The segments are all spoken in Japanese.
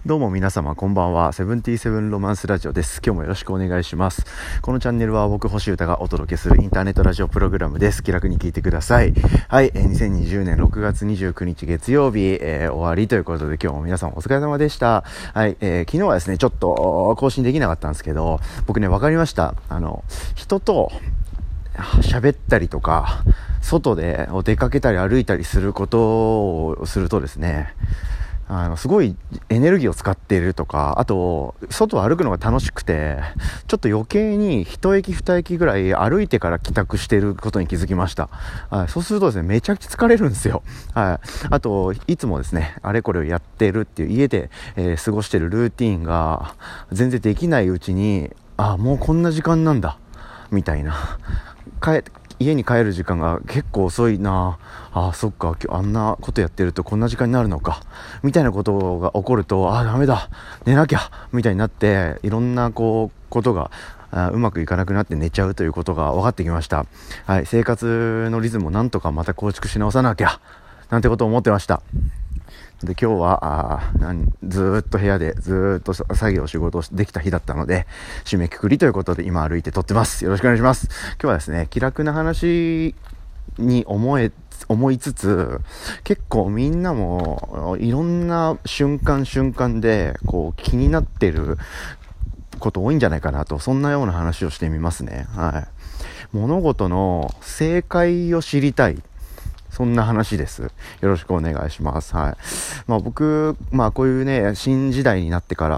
どうも皆様こんばんは。セブンティーセブンロマンスラジオです。今日もよろしくお願いします。このチャンネルは僕星歌がお届けするインターネットラジオプログラムです。気楽に聞いてください。はい、2020年6月29日月曜日、終わりということで今日も皆さんお疲れ様でした。はい、昨日はですねちょっと更新できなかったんですけど、僕ね分かりました。人と喋ったりとか外で出かけたり歩いたりすることをするとですね、すごいエネルギーを使っているとか、あと外を歩くのが楽しくてちょっと余計に一駅二駅ぐらい歩いてから帰宅していることに気づきました。そうするとですねめちゃくちゃ疲れるんですよ。あといつもですねあれこれをやってるっていう家で、過ごしているルーティーンが全然できないうちにもうこんな時間なんだみたいな、家に帰る時間が結構遅いなそっか今日あんなことやってるとこんな時間になるのかみたいなことが起こるとダメだ寝なきゃみたいになって、いろんなことがうまくいかなくなって寝ちゃうということが分かってきました。はい、生活のリズムをなんとかまた構築し直さなきゃなんてことを思ってました。で今日はずーっと部屋でずーっと作業仕事をできた日だったので締めくくりということで今歩いて撮ってます。よろしくお願いします。今日はですね気楽な話に思いつつ、結構みんなもいろんな瞬間で気になってること多いんじゃないかなと、そんなような話をしてみますね。物事の正解を知りたい、そんな話です。よろしくお願いします。僕、こういうね、新時代になってから、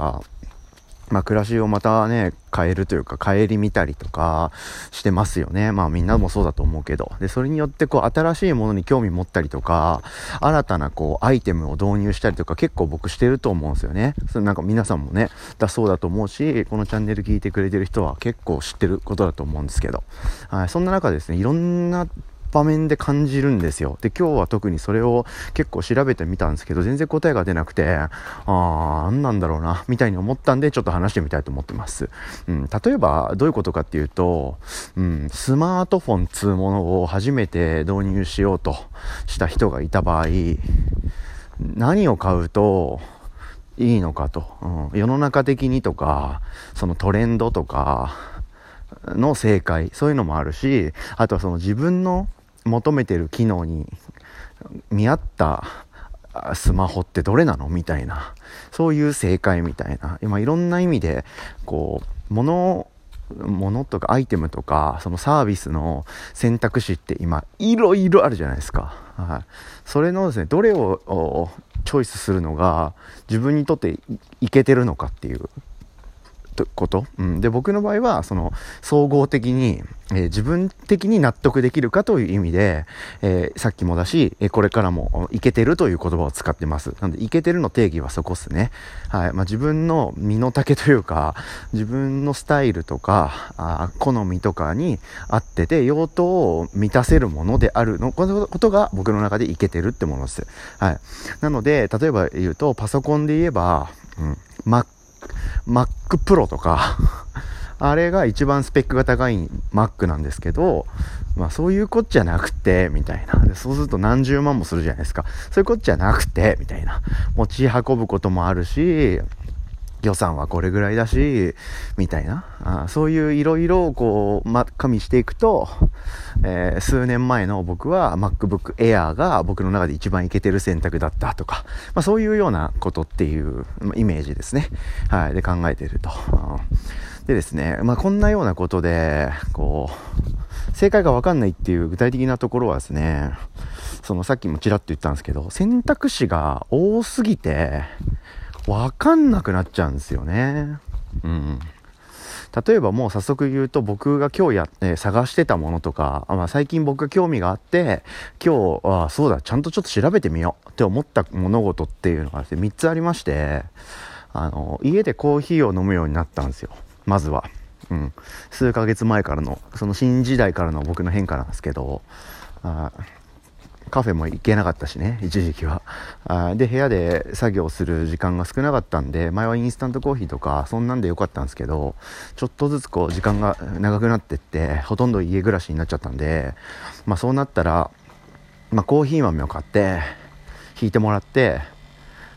暮らしをまたね、変えるというか、顧みたりとかしてますよね。みんなもそうだと思うけど。で、それによって新しいものに興味持ったりとか、新たなアイテムを導入したりとか、結構僕してると思うんですよね。それなんか皆さんもね、そうだと思うし、このチャンネル聞いてくれてる人は結構知ってることだと思うんですけど。そんな中ですね、いろんな場面で感じるんですよ。で今日は特にそれを結構調べてみたんですけど全然答えが出なくて何なんだろうなみたいに思ったんでちょっと話してみたいと思ってます。例えばどういうことかっていうと、スマートフォンつうものを初めて導入しようとした人がいた場合何を買うといいのかと、世の中的にとかそのトレンドとかの正解、そういうのもあるし、あとはその自分の求めてる機能に見合ったスマホってどれなのみたいな、そういう正解みたいな、いろんな意味で物とかアイテムとかそのサービスの選択肢って今いろいろあるじゃないですか。それのですねどれをチョイスするのが自分にとっていけてるのかっていうこと、で僕の場合はその総合的に、自分的に納得できるかという意味で、さっきもだし、これからもイケてるという言葉を使ってます。なのでイケてるの定義はそこっすね。自分の身の丈というか自分のスタイルとか好みとかに合ってて用途を満たせるものであるのことが僕の中でイケてるってものです。なので例えば言うとパソコンで言えば、Mac Pro とかあれが一番スペックが高い Mac なんですけど、そういうこっちゃなくてみたいな。でそうすると何十万もするじゃないですか。そういうこっちゃなくてみたいな、持ち運ぶこともあるし予算はこれぐらいだしみたいな、そういういろいろ加味していくと、数年前の僕は MacBook Air が僕の中で一番イケてる選択だったとか、そういうようなことっていうイメージですね。で考えていると、でですね、こんなようなことで正解が分かんないっていう具体的なところはですね、さっきもちらっと言ったんですけど選択肢が多すぎて分かんなくなっちゃうんですよね。例えばもう早速言うと僕が今日探してたものとか、最近僕が興味があって今日そうだちゃんとちょっと調べてみようって思った物事っていうのが3つありまして、家でコーヒーを飲むようになったんですよ。まずは、数ヶ月前からのその新時代からの僕の変化なんですけど、カフェも行けなかったしね一時期は。で部屋で作業する時間が少なかったんで、前はインスタントコーヒーとかそんなんでよかったんですけど、ちょっとずつ時間が長くなってってほとんど家暮らしになっちゃったんで、そうなったら、コーヒー豆を買ってひいてもらって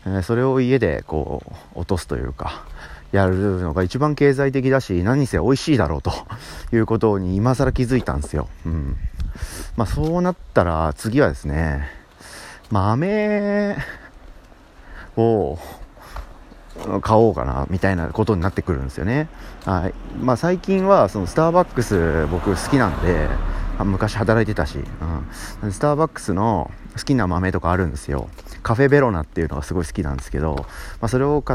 それを家でこう落とすというかやるのが一番経済的だし、何せ美味しいだろうということに今更気づいたんですよ。そうなったら次はですね、豆を買おうかなみたいなことになってくるんですよね。最近はそのスターバックス僕好きなんで、昔働いてたし、スターバックスの好きな豆とかあるんですよ。カフェベロナっていうのがすごい好きなんですけど、それを買って、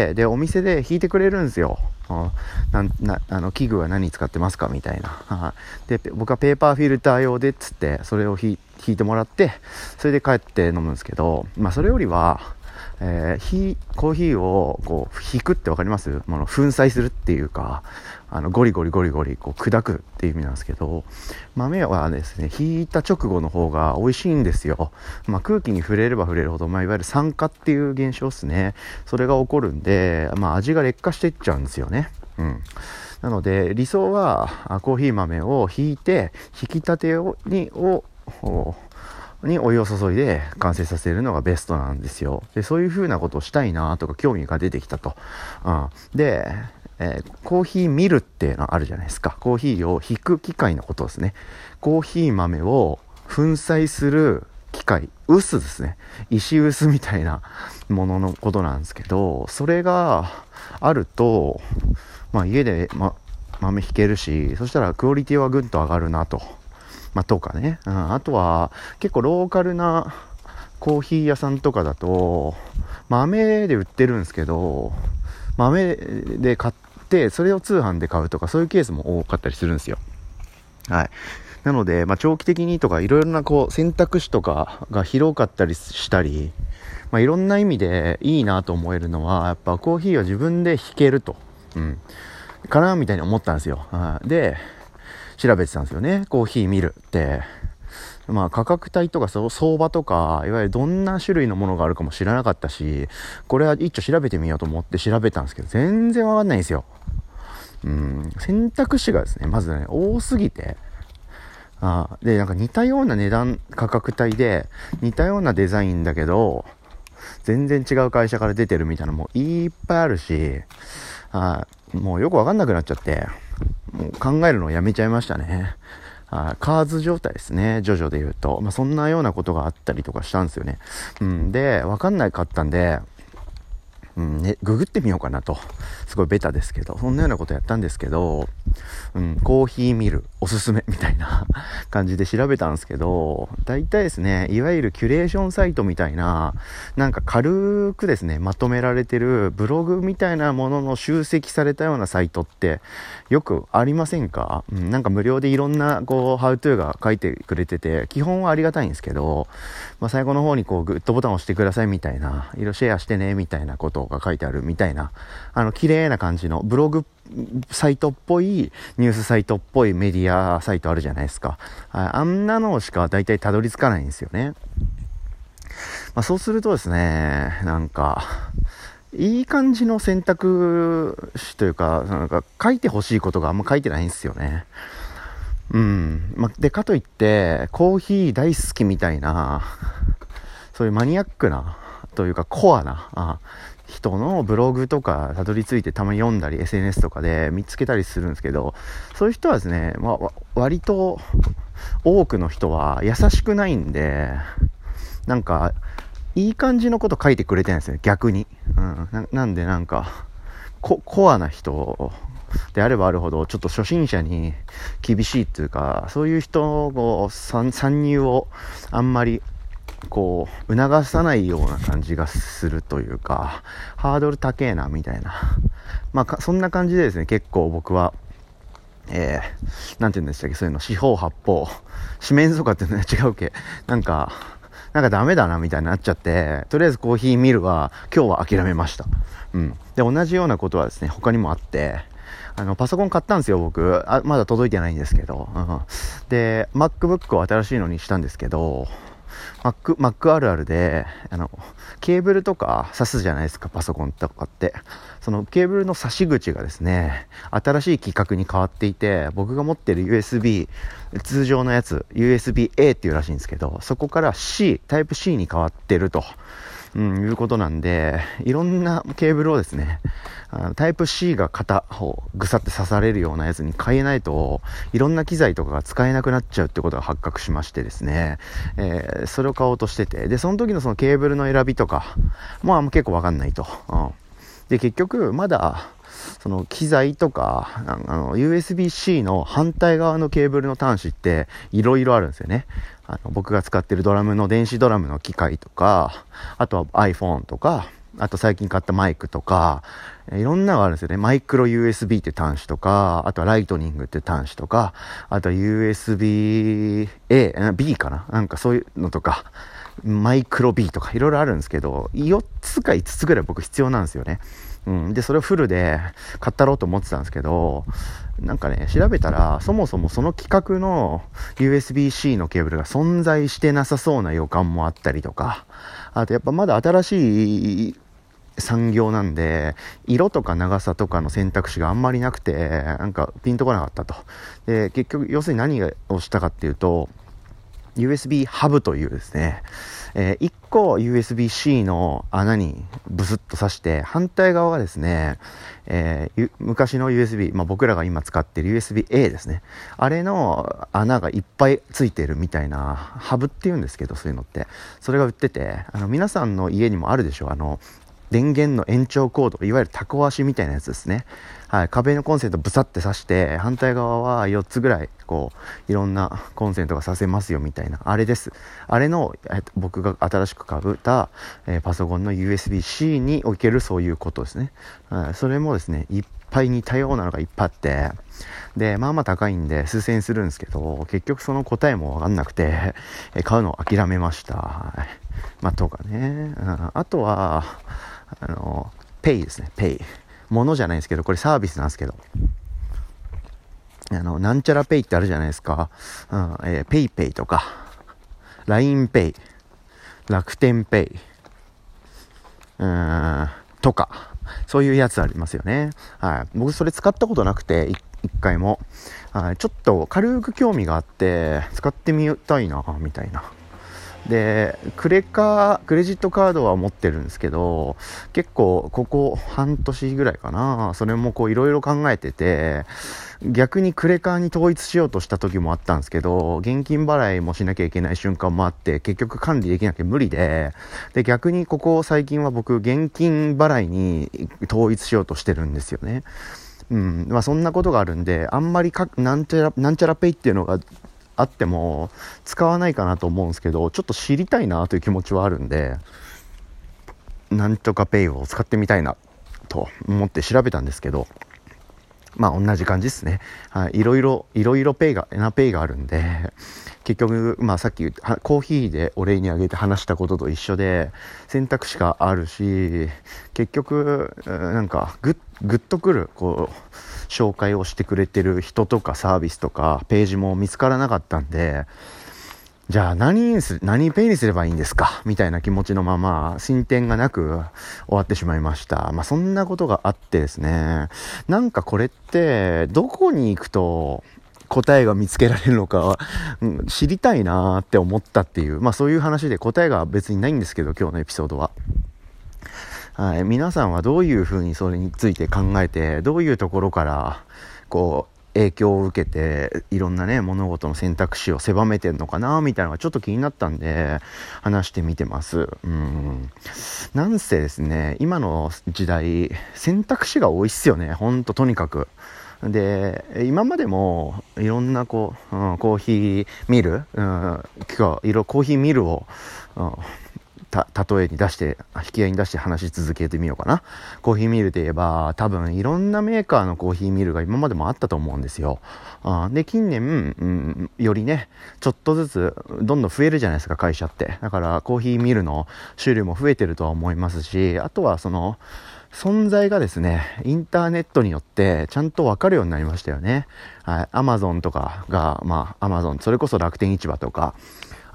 でお店で引いてくれるんですよ。器具は何使ってますかみたいな。で僕はペーパーフィルター用でっつってそれを引いてもらって、それで帰って飲むんですけど、それよりはコーヒーをこう引くってわかります？粉砕するっていうか、ゴリゴリこう砕くっていう意味なんですけど、豆はですね、引いた直後の方が美味しいんですよ。空気に触れれば触れるほど、いわゆる酸化っていう現象ですね。それが起こるんで、味が劣化していっちゃうんですよね。なので理想はコーヒー豆を引いて、引き立てにお湯を注いで完成させるのがベストなんですよ。でそういう風なことをしたいなとか興味が出てきたと。で、コーヒーミルっていうのあるじゃないですか。コーヒーを引く機械のことですね。コーヒー豆を粉砕する機械、臼ですね。石臼みたいなもののことなんですけど、それがあると、家で、豆引けるし、そしたらクオリティはぐんと上がるなと。とかね、あとは結構ローカルなコーヒー屋さんとかだと豆で売ってるんですけど、豆で買ってそれを通販で買うとか、そういうケースも多かったりするんですよ。なので、長期的にとかいろいろな選択肢とかが広かったりしたり、いろんな意味でいいなと思えるのは、やっぱコーヒーは自分で引けると、かなみたいに思ったんですよ。で調べてたんですよね。コーヒーミルって価格帯とか相場とか、いわゆるどんな種類のものがあるかも知らなかったし、これは一丁調べてみようと思って調べたんですけど、全然わかんないんですよ。選択肢がですね、まずね多すぎて、で似たような値段価格帯で似たようなデザインだけど全然違う会社から出てるみたいなのもいっぱいあるし、もうよくわかんなくなっちゃって、もう考えるのをやめちゃいましたね。カーズ状態ですね、ジョジョで言うと。そんなようなことがあったりとかしたんですよね。でわかんなかったんで、ググってみようかなと。すごいベタですけど、そんなようなことやったんですけど、コーヒーミルおすすめみたいな感じで調べたんですけど、大体ですね、いわゆるキュレーションサイトみたいな、軽くですねまとめられてるブログみたいなものの集積されたようなサイトってよくありませんか？無料でいろんなハウトゥーが書いてくれてて、基本はありがたいんですけど、最後の方にグッドボタンを押してくださいみたいな、色々シェアしてねみたいなことが書いてあるみたいな、綺麗な感じのブログサイトっぽい、ニュースサイトっぽいメディアサイトあるじゃないですか。あんなのしか大体たどり着かないんですよね。そうするとですね、いい感じの選択肢というか、書いてほしいことがあんま書いてないんですよね。でかといってコーヒー大好きみたいな、そういうマニアックなというかコアな人のブログとかたどり着いてたまに読んだり SNS とかで見つけたりするんですけど、そういう人はですね、割と多くの人は優しくないんで、いい感じのこと書いてくれてないんですよ、逆に。なんでコアな人であればあるほどちょっと初心者に厳しいっていうか、そういう人の参入をあんまり促さないような感じがするというか、ハードル高えなみたいな、そんな感じでですね、結構僕はなんて言うんでしたっけ、そういうの四方八方四面楚歌っていうのは違うけ、ダメだなみたいになっちゃって、とりあえずコーヒーミルは今日は諦めました。で同じようなことはですね他にもあって、パソコン買ったんですよ僕。まだ届いてないんですけど、で MacBook を新しいのにしたんですけど、Mac あるあるでケーブルとか挿すじゃないですか、パソコンとかって。そのケーブルの挿し口がですね新しい規格に変わっていて、僕が持ってる USB 通常のやつ USB-A っていうらしいんですけど、そこからタイプ C に変わってると。 いうことなんで、いろんなケーブルをですね、タイプ C が片方ぐさって刺されるようなやつに変えないと、いろんな機材とかが使えなくなっちゃうってことが発覚しましてですね、それを買おうとしてて、でその時のそのケーブルの選びとかも結構わかんないと、で結局まだその機材とかUSB-C の反対側のケーブルの端子っていろいろあるんですよね。僕が使ってるドラムの電子ドラムの機械とか、あとは iPhone とか、あと最近買ったマイクとか、いろんなのがあるんですよね。マイクロ USB って端子とか、あとはライトニングって端子とか、あとは USB-A、B かな、なんかそういうのとか、マイクロ B とかいろいろあるんですけど、4つか5つぐらい僕必要なんですよね。でそれをフルで買ったろうと思ってたんですけど、なんかね調べたら、そもそもその規格の USB-C のケーブルが存在してなさそうな予感もあったりとか、あとやっぱまだ新しい産業なんで、色とか長さとかの選択肢があんまりなくて、なんかピンとこなかったと。で結局要するに何をしたかっていうと、USB ハブというですね、1個 USB-C の穴にブスッと挿して、反対側がですね、昔の USB、僕らが今使っている USB-A ですね、あれの穴がいっぱいついてるみたいなハブっていうんですけど、そういうのってそれが売ってて、皆さんの家にもあるでしょ、電源の延長コード、いわゆるタコ足みたいなやつですね。はい、壁のコンセントブサって挿して、反対側は4つぐらいこういろんなコンセントが挿せますよみたいな、あれです。あれの、僕が新しく買った、パソコンの USB-C におけるそういうことですね。それもですね、いっぱい似たようなのがいっぱいあって、で高いんで数千円するんですけど、結局その答えも分かんなくて、買うのを諦めました。とかね、あとはペイですね。ペイ、物じゃないですけど、これサービスなんですけど、なんちゃらペイってあるじゃないですか。ペイペイとか LINE ペイ、楽天ペイとか、そういうやつありますよね。はい、僕それ使ったことなくて一回も、ちょっと軽く興味があって使ってみたいなみたいな。でクレジットカードは持ってるんですけど、結構ここ半年ぐらいかな、それもこういろいろ考えてて、逆にクレカに統一しようとした時もあったんですけど、現金払いもしなきゃいけない瞬間もあって、結局管理できなきゃ無理で、逆にここ最近は僕現金払いに統一しようとしてるんですよね。そんなことがあるんで、あんまりなんちゃらペイっていうのがあっても使わないかなと思うんですけど、ちょっと知りたいなという気持ちはあるんで、なんとかペイを使ってみたいなと思って調べたんですけど、同じ感じですね。いろいろペイがあるんで、結局さっきコーヒーでお礼にあげて話したことと一緒で、選択肢があるし、結局なんかグッとくるこう紹介をしてくれてる人とかサービスとかページも見つからなかったんで、じゃあ何ペイにすればいいんですかみたいな気持ちのまま進展がなく終わってしまいました。そんなことがあってですね、なんかこれってどこに行くと答えが見つけられるのか、知りたいなって思ったっていう、そういう話で、答えが別にないんですけど、今日のエピソードは。皆さんはどういうふうにそれについて考えて、どういうところからこう影響を受けていろんなね物事の選択肢を狭めてんのかなみたいなのがちょっと気になったんで話してみてます。なんせですね、今の時代選択肢が多いっすよね、ほんと。とにかくで、今までもいろんなコーヒーミル、コーヒーミルを、例えに出して引き合いに出して話し続けてみようかな。コーヒーミルで言えば多分いろんなメーカーのコーヒーミルが今までもあったと思うんですよ。で近年、よりねちょっとずつどんどん増えるじゃないですか、会社って。だからコーヒーミルの種類も増えてるとは思いますし、あとはその存在がですね、インターネットによってちゃんと分かるようになりましたよね。アマゾンとかが、アマゾン、それこそ楽天市場とか、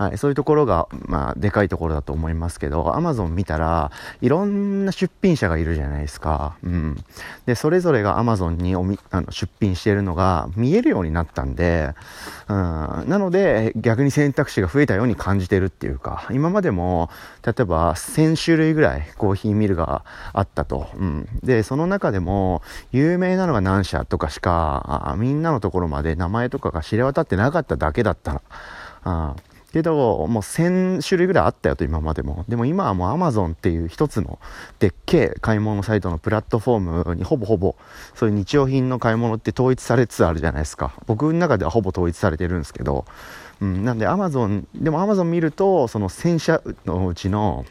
はい、そういうところが、でかいところだと思いますけど、Amazon 見たら、いろんな出品者がいるじゃないですか。で、それぞれが Amazon に出品しているのが見えるようになったんで、なので、逆に選択肢が増えたように感じてるっていうか、今までも、例えば1000種類ぐらいコーヒーミルがあったと。で、その中でも、有名なのが何社とかしか、みんなのところまで名前とかが知れ渡ってなかっただけだったの。けど、もう1000種類ぐらいあったよと、今までも。でも今はもう Amazon っていう一つのでっけえ買い物サイトのプラットフォームにほぼそういう日用品の買い物って統一されつつあるじゃないですか。僕の中ではほぼ統一されてるんですけど、なんで Amazon 見ると、その1000社のうちの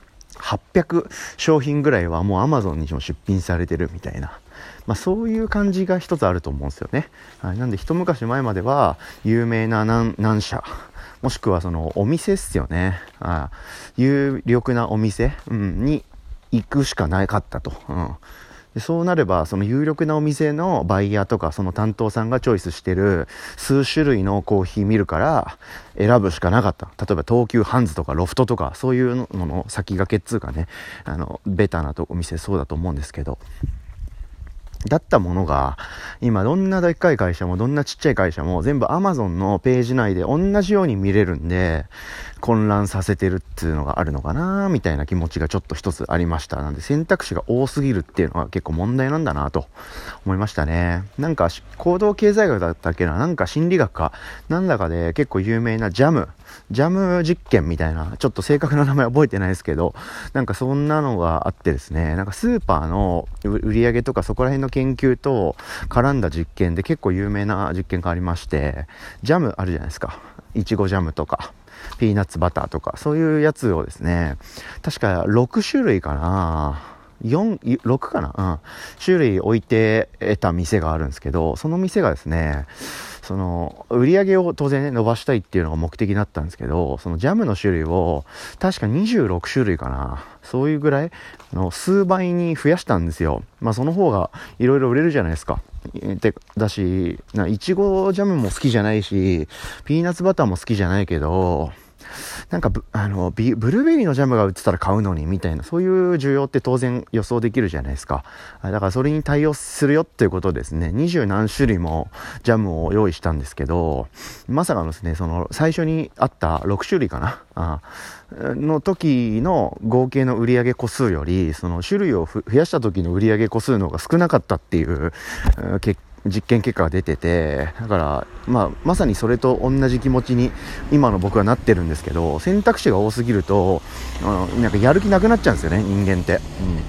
800商品ぐらいはもう Amazon にも出品されてるみたいな。そういう感じが一つあると思うんですよね。なんで一昔前までは有名な何社、もしくはそのお店っすよね。有力なお店、に行くしかなかったと。でそうなれば、その有力なお店のバイヤーとかその担当さんがチョイスしてる数種類のコーヒー見るから選ぶしかなかった。例えば東急ハンズとかロフトとかそういうのの先駆けっつうかね、ベタなお店そうだと思うんですけど、だったものが今どんなでっかい会社もどんなちっちゃい会社も全部 Amazon のページ内で同じように見れるんで、混乱させてるっていうのがあるのかなみたいな気持ちがちょっと一つありました。なんで選択肢が多すぎるっていうのは結構問題なんだなと思いましたね。なんか行動経済学だったっけな、なんか心理学かなんだかで結構有名なジャム実験みたいな、ちょっと正確な名前覚えてないですけど、なんかそんなのがあってですね、なんかスーパーの売り上げとかそこら辺の研究と絡んだ実験で結構有名な実験がありまして、ジャムあるじゃないですか。いちごジャムとかピーナッツバターとかそういうやつをですね、確か6種類かな、6かな、種類置いてた店があるんですけど、その店がですね、その売り上げを当然ね伸ばしたいっていうのが目的だったんですけど、そのジャムの種類を確か26種類かな、そういうぐらい数倍に増やしたんですよ。その方がいろいろ売れるじゃないですか。だし、いちごジャムも好きじゃないし、ピーナッツバターも好きじゃないけど、なんかブルーベリーのジャムが売ってたら買うのにみたいな、そういう需要って当然予想できるじゃないですか。だからそれに対応するよっていうことですね、20何種類もジャムを用意したんですけど、まさかのですね、その最初にあった6種類かなの時の合計の売上個数より、その種類を増やした時の売上個数の方が少なかったっていう実験結果が出てて、だからまさにそれと同じ気持ちに今の僕はなってるんですけど、選択肢が多すぎるとなんかやる気なくなっちゃうんですよね、人間って。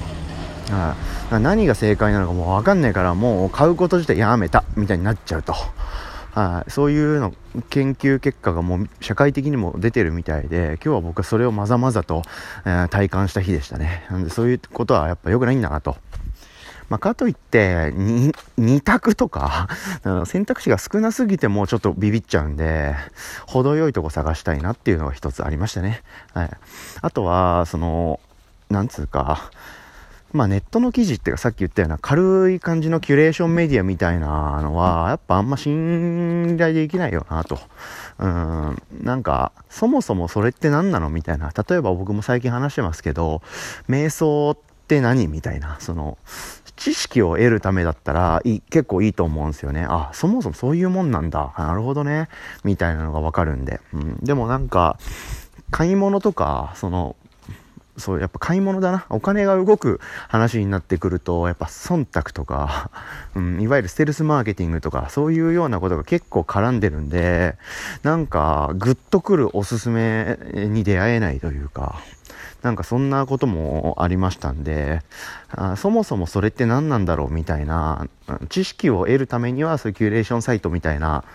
何が正解なのかもう分かんないから、もう買うこと自体やめたみたいになっちゃうと。そういうの研究結果がもう社会的にも出てるみたいで、今日は僕はそれをまざまざと、体感した日でしたね。なんでそういうことはやっぱ良くないんだなと。かといって2択とか選択肢が少なすぎてもちょっとビビっちゃうんで、程よいとこ探したいなっていうのが一つありましたね。あとはなんつうか、ネットの記事っていうか、さっき言ったような軽い感じのキュレーションメディアみたいなのはやっぱあんま信頼できないよなと。なんかそもそもそれって何なのみたいな。例えば僕も最近話してますけど、瞑想って何みたいな、知識を得るためだったら結構いいと思うんですよね。そもそもそういうもんなんだ、なるほどねみたいなのがわかるんで、でもなんか買い物とかそうやっぱ買い物だな、お金が動く話になってくるとやっぱ忖度とか、いわゆるステルスマーケティングとかそういうようなことが結構絡んでるんで、なんかグッとくるおすすめに出会えないというか、なんかそんなこともありましたんで、そもそもそれって何なんだろうみたいな、知識を得るためにはそういうキュレーションサイトみたいな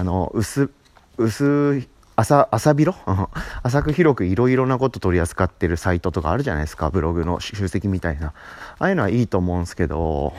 浅く広くいろいろなこと取り扱ってるサイトとかあるじゃないですか、ブログの集積みたいな、ああいうのはいいと思うんですけど、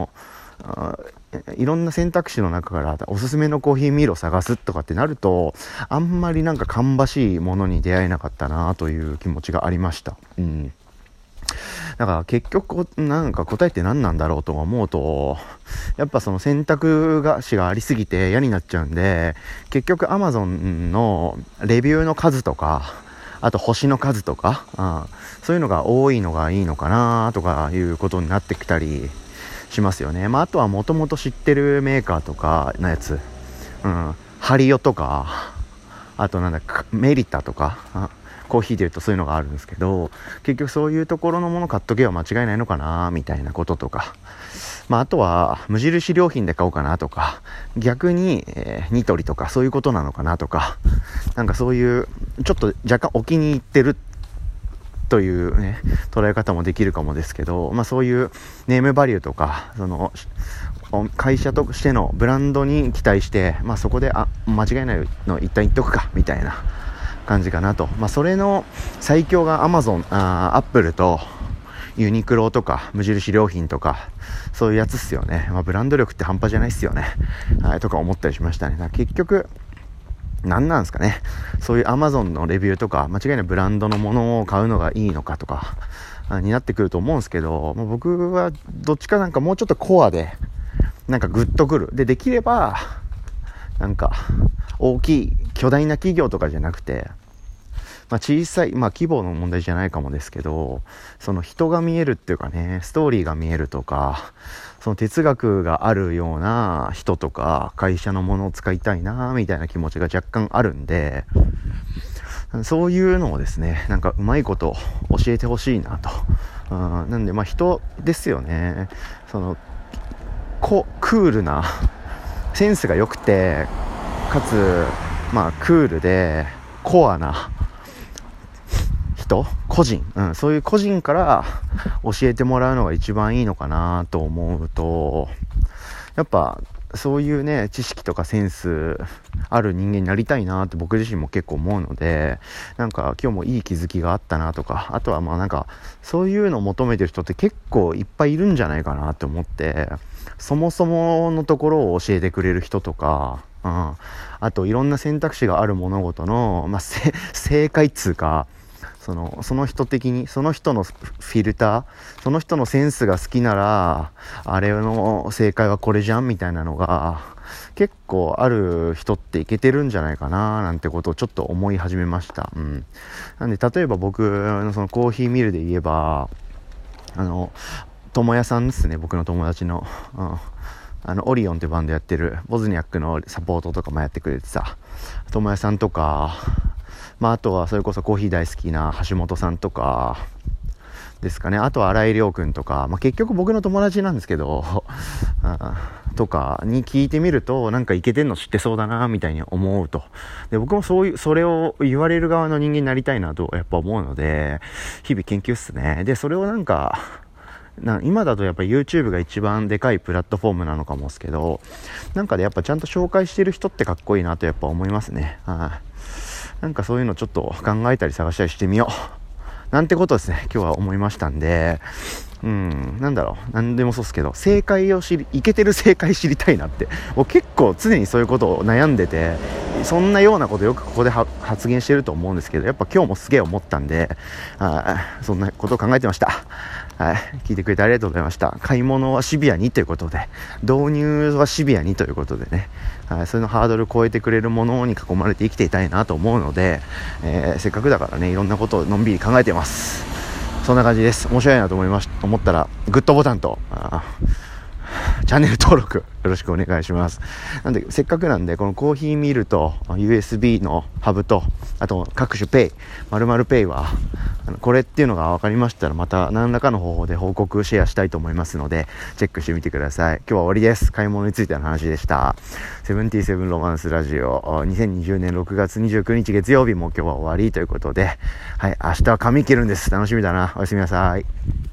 いろんな選択肢の中からおすすめのコーヒーミルを探すとかってなると、あんまりなんか芳しいものに出会えなかったなという気持ちがありました。 だから結局なんか答えって何なんだろうと思うと、やっぱその選択肢がありすぎて嫌になっちゃうんで、結局 Amazon のレビューの数とか、あと星の数とか、そういうのが多いのがいいのかなとかいうことになってきたりしますよね。あとはもともと知ってるメーカーとかのやつ、ハリオとか、あとメリタとか、コーヒーでいうとそういうのがあるんですけど、結局そういうところのもの買っとけば間違いないのかなみたいなこととか、あとは無印良品で買おうかなとか、逆に、ニトリとかそういうことなのかなとか、なんかそういうちょっと若干お気に入ってるというね捉え方もできるかもですけど、そういうネームバリューとか、その会社としてのブランドに期待して、そこで間違いないの一旦言っとくかみたいな感じかなと。それの最強が Amazon、アップルとユニクロとか無印良品とかそういうやつっすよね。ブランド力って半端じゃないっすよね、とか思ったりしましたね。結局何なんですかね、そういう Amazon のレビューとか間違いないブランドのものを買うのがいいのかとかになってくると思うんですけど、僕はどっちかもうちょっとコアでグッとくるできれば大きい巨大な企業とかじゃなくて、小さい規模の問題じゃないかもですけど、その人が見えるっていうかね、ストーリーが見えるとか、その哲学があるような人とか会社のものを使いたいなみたいな気持ちが若干あるんで、そういうのをですねうまいこと教えてほしいなと。なんで人ですよね。そのクールなセンスが良くて、かつクールでコアな個人、そういう個人から教えてもらうのが一番いいのかなと思うと、やっぱそういうね知識とかセンスある人間になりたいなって僕自身も結構思うので、今日もいい気づきがあったなとか、あとはそういうのを求めてる人って結構いっぱいいるんじゃないかなと思って、そもそものところを教えてくれる人とか、あといろんな選択肢がある物事の、正解っつうか、その人的にその人のフィルター、その人のセンスが好きならあれの正解はこれじゃんみたいなのが結構ある人っていけてるんじゃないかななんてことをちょっと思い始めました。なんで例えば僕のそのコーヒーミルで言えば、友也さんですね、僕の友達の、オリオンってバンドやってるボズニャックのサポートとかもやってくれてさ、友也さんとか、あとはそれこそコーヒー大好きな橋本さんとかですかね。あとは新井亮君とか、結局僕の友達なんですけどとかに聞いてみるとイケてんの知ってそうだなみたいに思うと。で僕もそれを言われる側の人間になりたいなとやっぱ思うので、日々研究っすね。でそれを今だとやっぱ YouTube が一番でかいプラットフォームなのかもですけど、でやっぱちゃんと紹介してる人ってかっこいいなとやっぱ思いますね。そういうのちょっと考えたり探したりしてみようなんてことですね、今日は思いましたんで、何でもそうですけど、イケてる正解知りたいなって、結構常にそういうことを悩んでて、そんなようなことよくここで発言してると思うんですけど、やっぱ今日もすげえ思ったんで、そんなことを考えてました。聞いてくれてありがとうございました。買い物はシビアにということで、導入はシビアにということでね、それのハードルを超えてくれるものに囲まれて生きていたいなと思うので、せっかくだからね、いろんなことをのんびり考えてます。そんな感じです。面白いなと思ったらグッドボタンとチャンネル登録よろしくお願いします。なんでせっかくなんでこのコーヒーミルと USB のハブとあと各種ペイ〇〇ペイはこれっていうのが分かりましたらまた何らかの方法で報告シェアしたいと思いますのでチェックしてみてください。今日は終わりです。買い物についての話でした。セブンティーセブンロマンスラジオ2020年6月29日月曜日も今日は終わりということで、明日は髪切るんです。楽しみだな。おやすみなさい。